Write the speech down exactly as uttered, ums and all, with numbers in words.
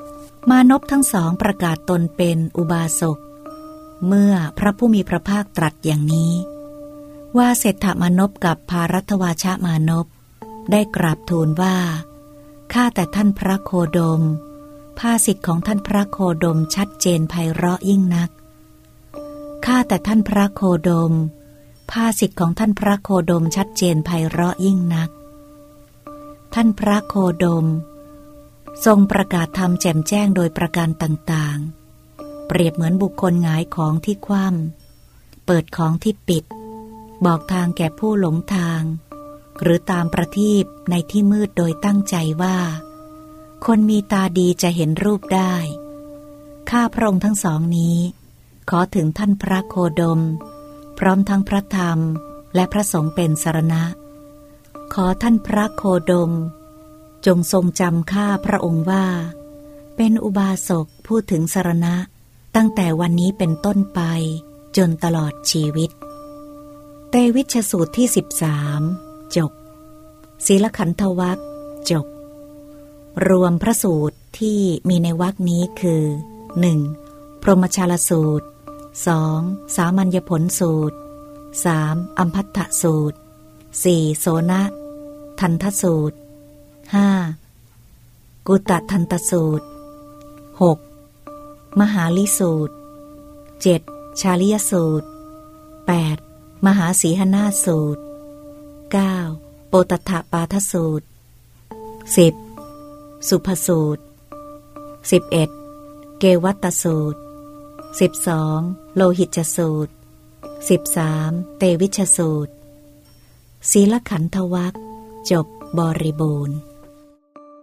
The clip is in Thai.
มานพทั้งสองประกาศตนเป็นอุบาสกเมื่อพระผู้มีพระภาคตรัสอย่างนี้ว่าเศรษฐมานพกับภารัตวาชมานพได้กราบทูลว่าข้าแต่ท่านพระโคดมภาษิตของท่านพระโคดมชัดเจนไพเราะยิ่งนักข้าแต่ท่านพระโคดมภาษิตของท่านพระโคดมชัดเจนไพเราะยิ่งนักท่านพระโคดมทรงประกาศธรรมแจ่มแจ้งโดยประการต่างๆเปรียบเหมือนบุคคลหงายของที่คว่ำเปิดของที่ปิดบอกทางแก่ผู้หลงทางหรือตามประทีปในที่มืดโดยตั้งใจว่าคนมีตาดีจะเห็นรูปได้ข้าพระองค์ทั้งสองนี้ขอถึงท่านพระโคดมพร้อมทั้งพระธรรมและพระสงฆ์เป็นสรณะขอท่านพระโคดมจงทรงจำข้าพระองค์ว่าเป็นอุบาสกพูดถึงสรณะตั้งแต่วันนี้เป็นต้นไปจนตลอดชีวิตเตวิชสูตรที่สิบสามจบศีลขันธวรรคจบรวมพระสูตรที่มีในวรรคนี้คือ หนึ่ง. พรหมชาลสูตร สอง. สามัญญผลสูตร สาม. อัมพัทธสูตร สี่. โสนทันทสูตร ห้า. กุตทันตสูตร หก. มหาลิสูตร เจ็ด. ชาลิยสูตร แปด. มหาสีหนาสูตร เก้า. โปตถปาทสูตร สิบ. สุภสูตร สิบเอ็ด. เกวัตตสูตร สิบสอง. โลหิตสูตร สิบสาม. เตวิชสูตรศีลขันธวรรคจบบริบูรณ์